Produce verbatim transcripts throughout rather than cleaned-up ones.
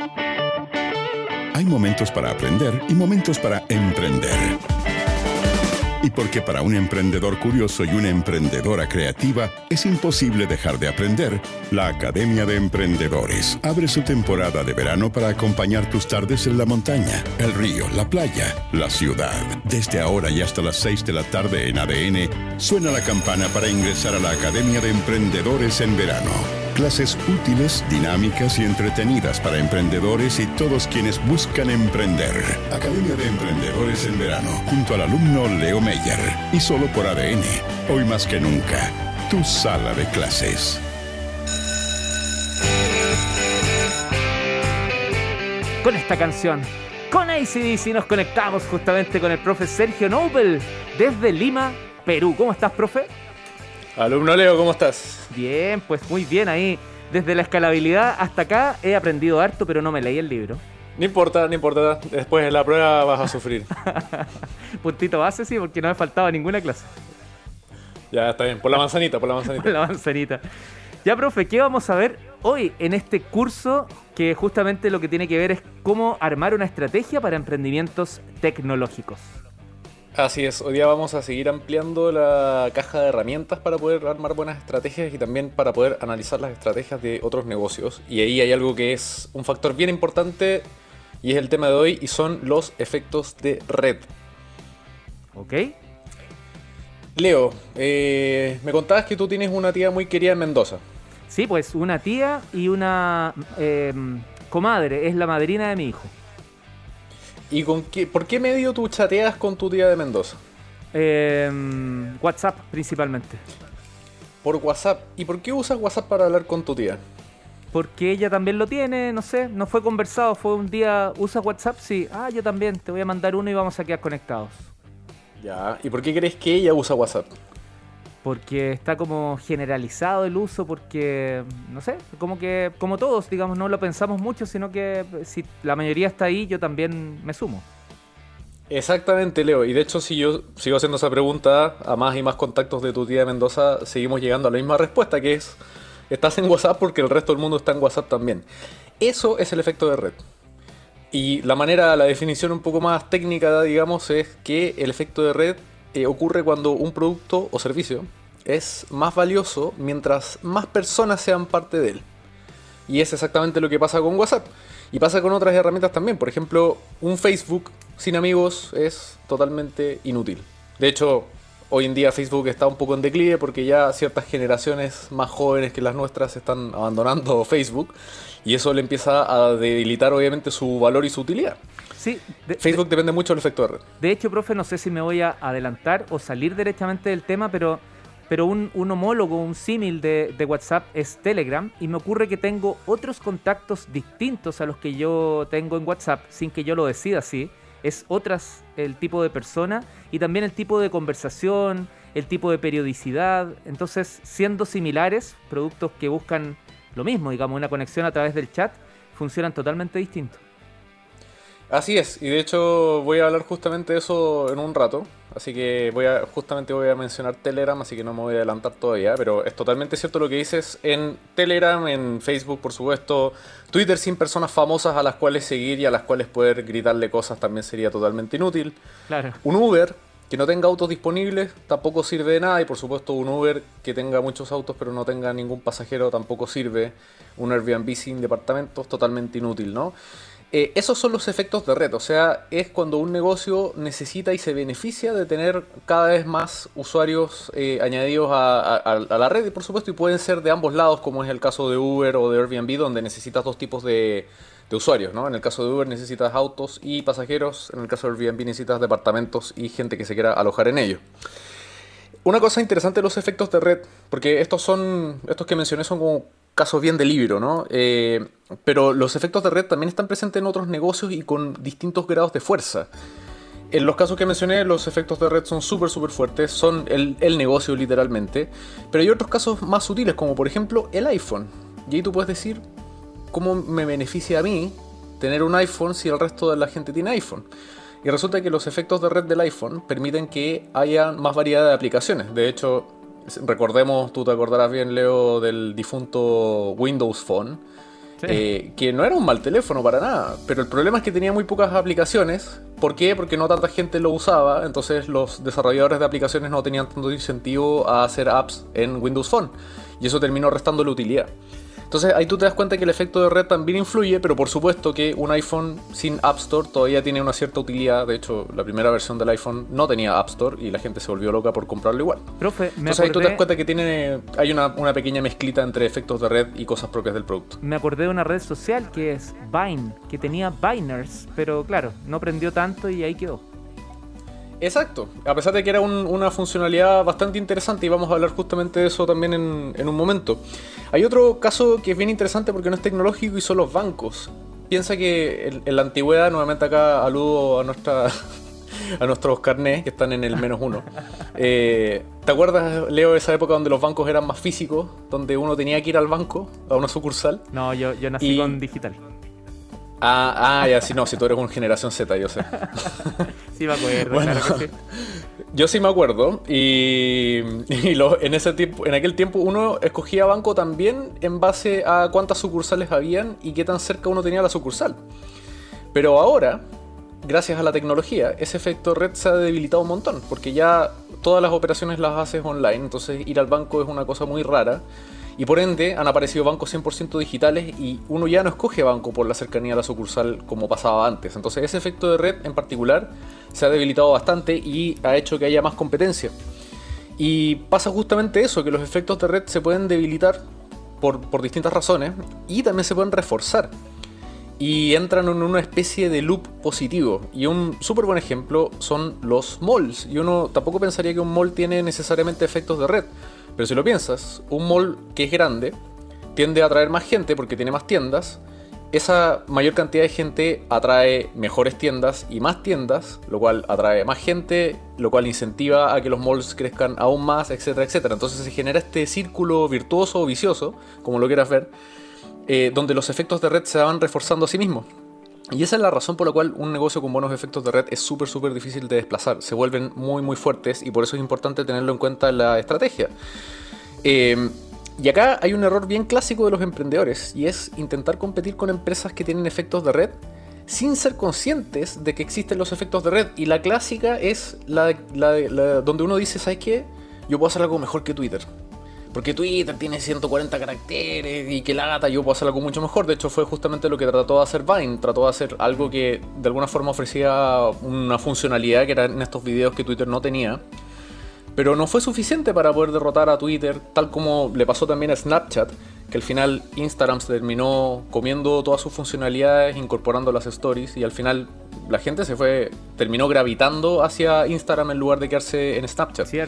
Hay momentos para aprender y momentos para emprender. Y porque para un emprendedor curioso y una emprendedora creativa es imposible dejar de aprender, la Academia de Emprendedores abre su temporada de verano para acompañar tus tardes en la montaña, el río, la playa, la ciudad. Desde ahora y hasta las seis de la tarde en A D N, suena la campana para ingresar a la Academia de Emprendedores en verano. Clases útiles, dinámicas y entretenidas para emprendedores y todos quienes buscan emprender. Academia de Emprendedores en verano, junto al alumno Leo Meyer. Y solo por A D N. Hoy más que nunca, tu sala de clases. Con esta canción, con A C D C, nos conectamos justamente con el profe Sergio Nobel desde Lima, Perú. ¿Cómo estás, profe? Alumno Leo, ¿cómo estás? Bien, pues muy bien ahí. Desde la escalabilidad hasta acá he aprendido harto, pero no me leí el libro. No importa, no importa. Después de la prueba vas a sufrir. Puntito base, sí, porque no me faltaba ninguna clase. Ya, está bien. Por la manzanita, por la manzanita. Por la manzanita. Ya, profe, ¿qué vamos a ver hoy en este curso que justamente lo que tiene que ver es cómo armar una estrategia para emprendimientos tecnológicos? Así es, hoy día vamos a seguir ampliando la caja de herramientas para poder armar buenas estrategias y también para poder analizar las estrategias de otros negocios. Y ahí hay algo que es un factor bien importante y es el tema de hoy y son los efectos de red. Ok. Leo, eh, me contabas que tú tienes una tía muy querida en Mendoza. Sí, pues una tía y una eh, comadre, es la madrina de mi hijo. ¿Y con qué, por qué medio tú chateas con tu tía de Mendoza? Eh, WhatsApp principalmente. Por WhatsApp. ¿Y por qué usas WhatsApp para hablar con tu tía? Porque ella también lo tiene, no sé, no fue conversado, fue un día, ¿usas WhatsApp? Sí, ah, yo también, te voy a mandar uno y vamos a quedar conectados. Ya, ¿y por qué crees que ella usa WhatsApp? Porque está como generalizado el uso, porque, no sé, como que, como todos, digamos, no lo pensamos mucho, sino que si la mayoría está ahí, yo también me sumo. Exactamente, Leo, y de hecho si yo sigo haciendo esa pregunta a más y más contactos de tu tía de Mendoza, seguimos llegando a la misma respuesta, que es, estás en WhatsApp porque el resto del mundo está en WhatsApp también. Eso es el efecto de red. Y la manera, la definición un poco más técnica, digamos, es que el efecto de red Eh, ocurre cuando un producto o servicio es más valioso mientras más personas sean parte de él. Y es exactamente lo que pasa con WhatsApp. Y pasa con otras herramientas también. Por ejemplo, un Facebook sin amigos es totalmente inútil. De hecho, hoy en día Facebook está un poco en declive porque ya ciertas generaciones más jóvenes que las nuestras están abandonando Facebook. Y eso le empieza a debilitar obviamente su valor y su utilidad. Sí, de, Facebook de, depende mucho del efecto de red. De hecho, profe, no sé si me voy a adelantar o salir derechamente del tema, pero, pero un, un homólogo, un símil de, de WhatsApp es Telegram, y me ocurre que tengo otros contactos distintos a los que yo tengo en WhatsApp, sin que yo lo decida así. Es otras el tipo de persona y también el tipo de conversación, el tipo de periodicidad. Entonces, siendo similares, productos que buscan lo mismo, digamos, una conexión a través del chat, funcionan totalmente distintos. Así es, y de hecho voy a hablar justamente de eso en un rato, así que voy a, justamente voy a mencionar Telegram, así que no me voy a adelantar todavía, pero es totalmente cierto lo que dices. En Telegram, en Facebook por supuesto, Twitter sin personas famosas a las cuales seguir y a las cuales poder gritarle cosas también sería totalmente inútil. Claro. Un Uber que no tenga autos disponibles tampoco sirve de nada, y por supuesto un Uber que tenga muchos autos pero no tenga ningún pasajero tampoco sirve. Un Airbnb sin departamentos, totalmente inútil, ¿no? Eh, esos son los efectos de red, o sea, es cuando un negocio necesita y se beneficia de tener cada vez más usuarios eh, añadidos a, a, a la red, y por supuesto, y pueden ser de ambos lados, como es el caso de Uber o de Airbnb, donde necesitas dos tipos de, de usuarios, ¿no? En el caso de Uber necesitas autos y pasajeros, en el caso de Airbnb necesitas departamentos y gente que se quiera alojar en ellos. Una cosa interesante de los efectos de red, porque estos son, estos que mencioné son como casos bien de libro, ¿no? Eh, pero los efectos de red también están presentes en otros negocios y con distintos grados de fuerza. En los casos que mencioné, los efectos de red son súper, súper fuertes, son el, el negocio literalmente, pero hay otros casos más sutiles, como por ejemplo el iPhone. Y ahí tú puedes decir, ¿cómo me beneficia a mí tener un iPhone si el resto de la gente tiene iPhone? Y resulta que los efectos de red del iPhone permiten que haya más variedad de aplicaciones. De hecho, recordemos, tú te acordarás bien, Leo, del difunto Windows Phone. Sí. Eh, que no era un mal teléfono para nada, pero el problema es que tenía muy pocas aplicaciones. ¿Por qué? Porque no tanta gente lo usaba, entonces los desarrolladores de aplicaciones no tenían tanto incentivo a hacer apps en Windows Phone, y eso terminó restándole utilidad. Entonces ahí tú te das cuenta que el efecto de red también influye, pero por supuesto que un iPhone sin App Store todavía tiene una cierta utilidad. De hecho, la primera versión del iPhone no tenía App Store y la gente se volvió loca por comprarlo igual. Profe, me Entonces ahí tú te das acordé, cuenta que tiene, hay una, una pequeña mezclita entre efectos de red y cosas propias del producto. me acordé de una red social que es Vine, que tenía Biners, pero claro, no prendió tanto y ahí quedó. Exacto, a pesar de que era un, una funcionalidad bastante interesante, y vamos a hablar justamente de eso también en, en un momento. Hay otro caso que es bien interesante porque no es tecnológico y son los bancos. Piensa que en, en la antigüedad, nuevamente acá aludo a nuestra a nuestros carnés que están en el menos uno. Eh, ¿Te acuerdas, Leo, de esa época donde los bancos eran más físicos, donde uno tenía que ir al banco, a una sucursal? No, yo, yo nací Y- con digital. Ah, ah, ya, sí, no, si tú eres una generación Z, yo sé. Sí, me acuerdo, Bueno, claro que sí. Yo sí me acuerdo, y, y lo- en ese tiempo, en aquel tiempo uno escogía banco también en base a cuántas sucursales habían y qué tan cerca uno tenía la sucursal. Pero ahora, gracias a la tecnología, ese efecto red se ha debilitado un montón, porque ya todas las operaciones las haces online, entonces ir al banco es una cosa muy rara. Y por ende han aparecido bancos cien por ciento digitales y uno ya no escoge banco por la cercanía a la sucursal como pasaba antes. Entonces ese efecto de red en particular se ha debilitado bastante y ha hecho que haya más competencia. Y pasa justamente eso, que los efectos de red se pueden debilitar por, por distintas razones y también se pueden reforzar. Y entran en una especie de loop positivo. Y un súper buen ejemplo son los malls. Y uno tampoco pensaría que un mall tiene necesariamente efectos de red. Pero si lo piensas, un mall que es grande tiende a atraer más gente porque tiene más tiendas. Esa mayor cantidad de gente atrae mejores tiendas y más tiendas, lo cual atrae más gente, lo cual incentiva a que los malls crezcan aún más, etcétera, etcétera. Entonces se genera este círculo virtuoso o vicioso, como lo quieras ver, eh, donde los efectos de red se van reforzando a sí mismos. Y esa es la razón por la cual un negocio con buenos efectos de red es súper súper difícil de desplazar. Se vuelven muy muy fuertes y por eso es importante tenerlo en cuenta en la estrategia. Eh, y acá hay un error bien clásico de los emprendedores y es intentar competir con empresas que tienen efectos de red sin ser conscientes de que existen los efectos de red. Y la clásica es la, la, la donde uno dice, ¿sabes qué? Yo puedo hacer algo mejor que Twitter. Porque Twitter tiene ciento cuarenta caracteres y que lata, yo puedo hacer algo mucho mejor. De hecho fue justamente lo que trató de hacer Vine. Trató de hacer algo que de alguna forma ofrecía una funcionalidad que era en estos videos que Twitter no tenía. Pero no fue suficiente para poder derrotar a Twitter, tal como le pasó también a Snapchat, que al final Instagram se terminó comiendo todas sus funcionalidades, incorporando las stories, y al final la gente se fue, terminó gravitando hacia Instagram en lugar de quedarse en Snapchat. Cierto.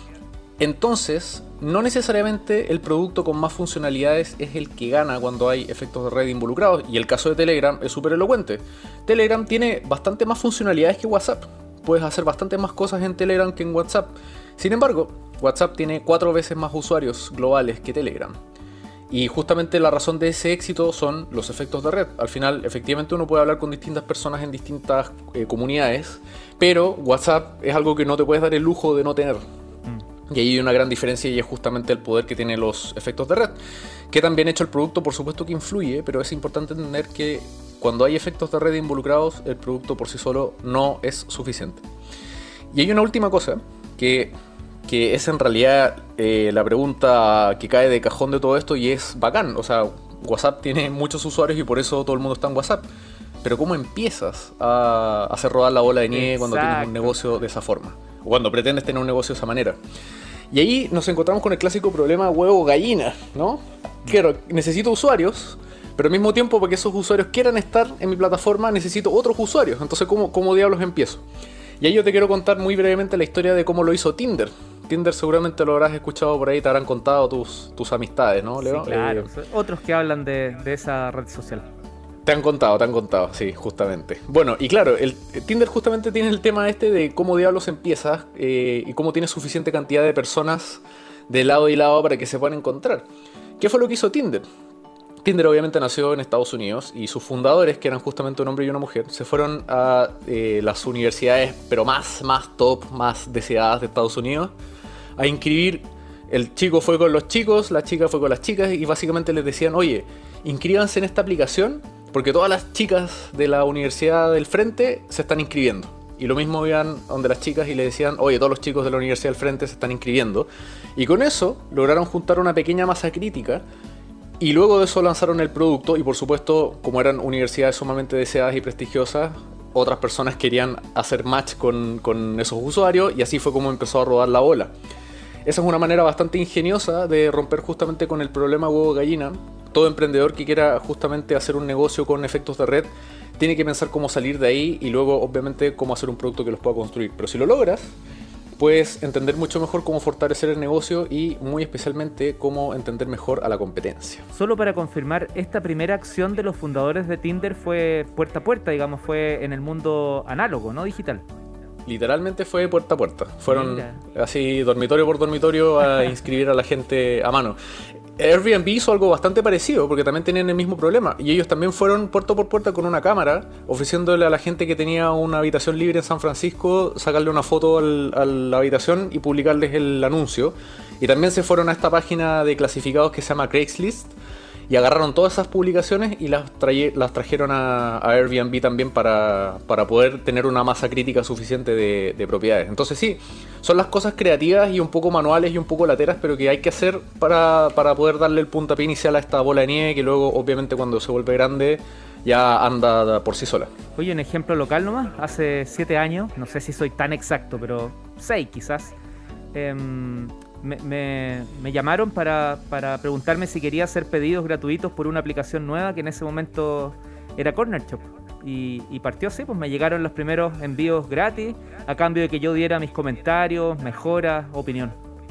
Entonces, no necesariamente el producto con más funcionalidades es el que gana cuando hay efectos de red involucrados, y el caso de Telegram es súper elocuente. Telegram tiene bastante más funcionalidades que WhatsApp. Puedes hacer bastante más cosas en Telegram que en WhatsApp. Sin embargo, WhatsApp tiene cuatro veces más usuarios globales que Telegram. Y justamente la razón de ese éxito son los efectos de red. Al final, efectivamente, uno puede hablar con distintas personas en distintas eh, comunidades, pero WhatsApp es algo que no te puedes dar el lujo de no tener. Mm. Y ahí hay una gran diferencia y es justamente el poder que tienen los efectos de red. Que también hecho el producto, por supuesto que influye, pero es importante entender que cuando hay efectos de red involucrados, el producto por sí solo no es suficiente. Y hay una última cosa que, que es en realidad eh, la pregunta que cae de cajón de todo esto y es bacán. O sea, WhatsApp tiene muchos usuarios y por eso todo el mundo está en WhatsApp. Pero ¿cómo empiezas a hacer rodar la bola de nieve Exacto. cuando tienes un negocio de esa forma? O cuando pretendes tener un negocio de esa manera. Y ahí nos encontramos con el clásico problema huevo-gallina, ¿no? Claro, necesito usuarios, pero al mismo tiempo, para que esos usuarios quieran estar en mi plataforma, necesito otros usuarios. Entonces, ¿cómo, cómo diablos empiezo? Y ahí yo te quiero contar muy brevemente la historia de cómo lo hizo Tinder. Tinder seguramente lo habrás escuchado por ahí, te habrán contado tus, tus amistades, ¿no, Leo? Sí, claro. Eh, Otros que hablan de, de esa red social. Te han contado, te han contado, sí, justamente. Bueno, y claro, el, el Tinder justamente tiene el tema este de cómo diablos empiezas eh, y cómo tienes suficiente cantidad de personas de lado y lado para que se puedan encontrar. ¿Qué fue lo que hizo Tinder? Tinder obviamente nació en Estados Unidos y sus fundadores, que eran justamente un hombre y una mujer, se fueron a eh, las universidades, pero más, más top, más deseadas de Estados Unidos, a inscribir El chico fue con los chicos, la chica fue con las chicas y básicamente les decían, oye, inscríbanse en esta aplicación porque todas las chicas de la Universidad del Frente se están inscribiendo. Y lo mismo iban donde las chicas y le decían, oye, todos los chicos de la Universidad del Frente se están inscribiendo. Y con eso lograron juntar una pequeña masa crítica y luego de eso lanzaron el producto y por supuesto, como eran universidades sumamente deseadas y prestigiosas, otras personas querían hacer match con, con esos usuarios y así fue como empezó a rodar la bola. Esa es una manera bastante ingeniosa de romper justamente con el problema huevo-gallina. Todo emprendedor que quiera justamente hacer un negocio con efectos de red tiene que pensar cómo salir de ahí y luego obviamente cómo hacer un producto que los pueda construir. Pero si lo logras, puedes entender mucho mejor cómo fortalecer el negocio y muy especialmente cómo entender mejor a la competencia. Solo para confirmar, esta primera acción de los fundadores de Tinder fue puerta a puerta, digamos, fue en el mundo análogo, no digital. Literalmente fue puerta a puerta. Fueron Mira. así dormitorio por dormitorio a inscribir a la gente a mano. Airbnb hizo algo bastante parecido porque también tenían el mismo problema y ellos también fueron puerta por puerta con una cámara ofreciéndole a la gente que tenía una habitación libre en San Francisco sacarle una foto al, a la habitación y publicarles el anuncio. Y también se fueron a esta página de clasificados que se llama Craigslist y agarraron todas esas publicaciones y las, traje, las trajeron a, a Airbnb también para, para poder tener una masa crítica suficiente de, de propiedades. Entonces sí, son las cosas creativas y un poco manuales y un poco lateras, pero que hay que hacer para, para poder darle el puntapié inicial a esta bola de nieve que luego obviamente cuando se vuelve grande ya anda por sí sola. Oye, un ejemplo local nomás, hace siete años, no sé si soy tan exacto, pero seis quizás, eh, Me, me, me llamaron para, para preguntarme si quería hacer pedidos gratuitos por una aplicación nueva que en ese momento era Corner Shop. Y, y partió así, pues me llegaron los primeros envíos gratis a cambio de que yo diera mis comentarios, mejoras, opinión.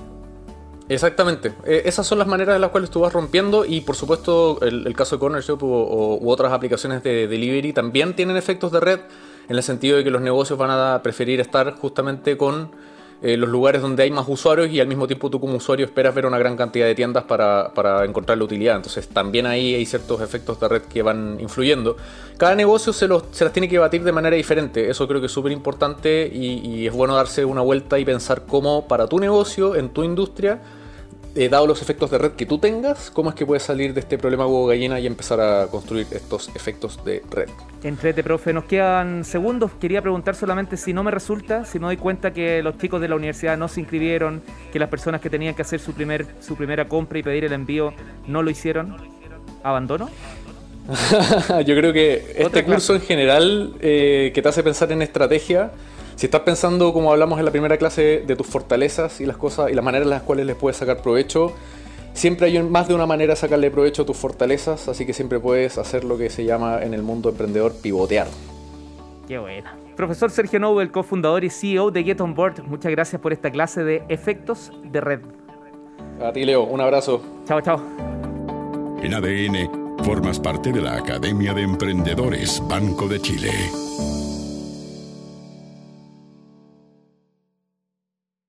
Exactamente, eh, esas son las maneras en las cuales tú vas rompiendo y por supuesto el, el caso de Corner Shop u, o, u otras aplicaciones de delivery también tienen efectos de red en el sentido de que los negocios van a preferir estar justamente con Eh, los lugares donde hay más usuarios y al mismo tiempo tú como usuario esperas ver una gran cantidad de tiendas para, para encontrar la utilidad. Entonces también ahí hay ciertos efectos de red que van influyendo. Cada negocio se, los, se las tiene que batir de manera diferente. Eso creo que es súper importante y, y es bueno darse una vuelta y pensar cómo para tu negocio, en tu industria, eh, dado los efectos de red que tú tengas, cómo es que puedes salir de este problema huevo gallina y empezar a construir estos efectos de red. Entrete, profe, nos quedan segundos. Quería preguntar solamente si no me resulta, si me doy cuenta que los chicos de la universidad no se inscribieron, que las personas que tenían que hacer su, primer, su primera compra y pedir el envío no lo hicieron, ¿abandono? Yo creo que este curso en general eh, que te hace pensar en estrategia, si estás pensando, como hablamos en la primera clase, de tus fortalezas y las cosas y las maneras en las cuales les puedes sacar provecho, siempre hay más de una manera de sacarle provecho a tus fortalezas, así que siempre puedes hacer lo que se llama en el mundo emprendedor pivotear. Qué buena. Profesor Sergio Nobel, cofundador y C E O de Get On Board, muchas gracias por esta clase de efectos de red. A ti, Leo, un abrazo. Chao, chao. En A D N, formas parte de la Academia de Emprendedores Banco de Chile.